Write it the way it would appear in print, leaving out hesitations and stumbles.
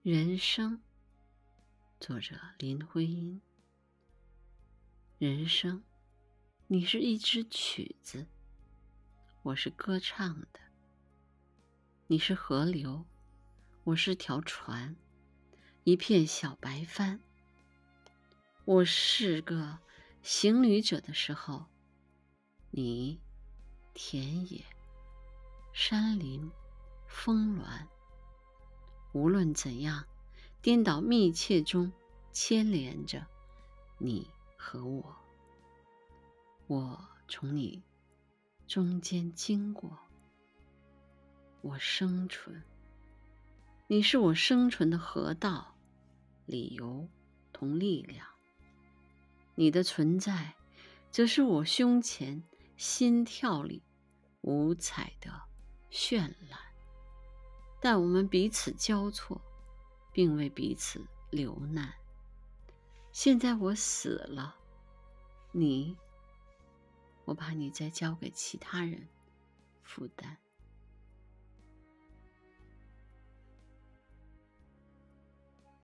人生，作者林徽因。人生，你是一支曲子，我是歌唱的；你是河流，我是条船，一片小白帆。我是个行旅者的时候，你田野、山林、峰峦，无论怎样，颠倒密切中牵连着你和我。我从你中间经过，我生存，你是我生存的河道、理由同力量。你的存在，则是我胸前心跳里五彩的绚烂。但我们彼此交错，并为彼此流难。现在我死了，我把你再交给其他人负担。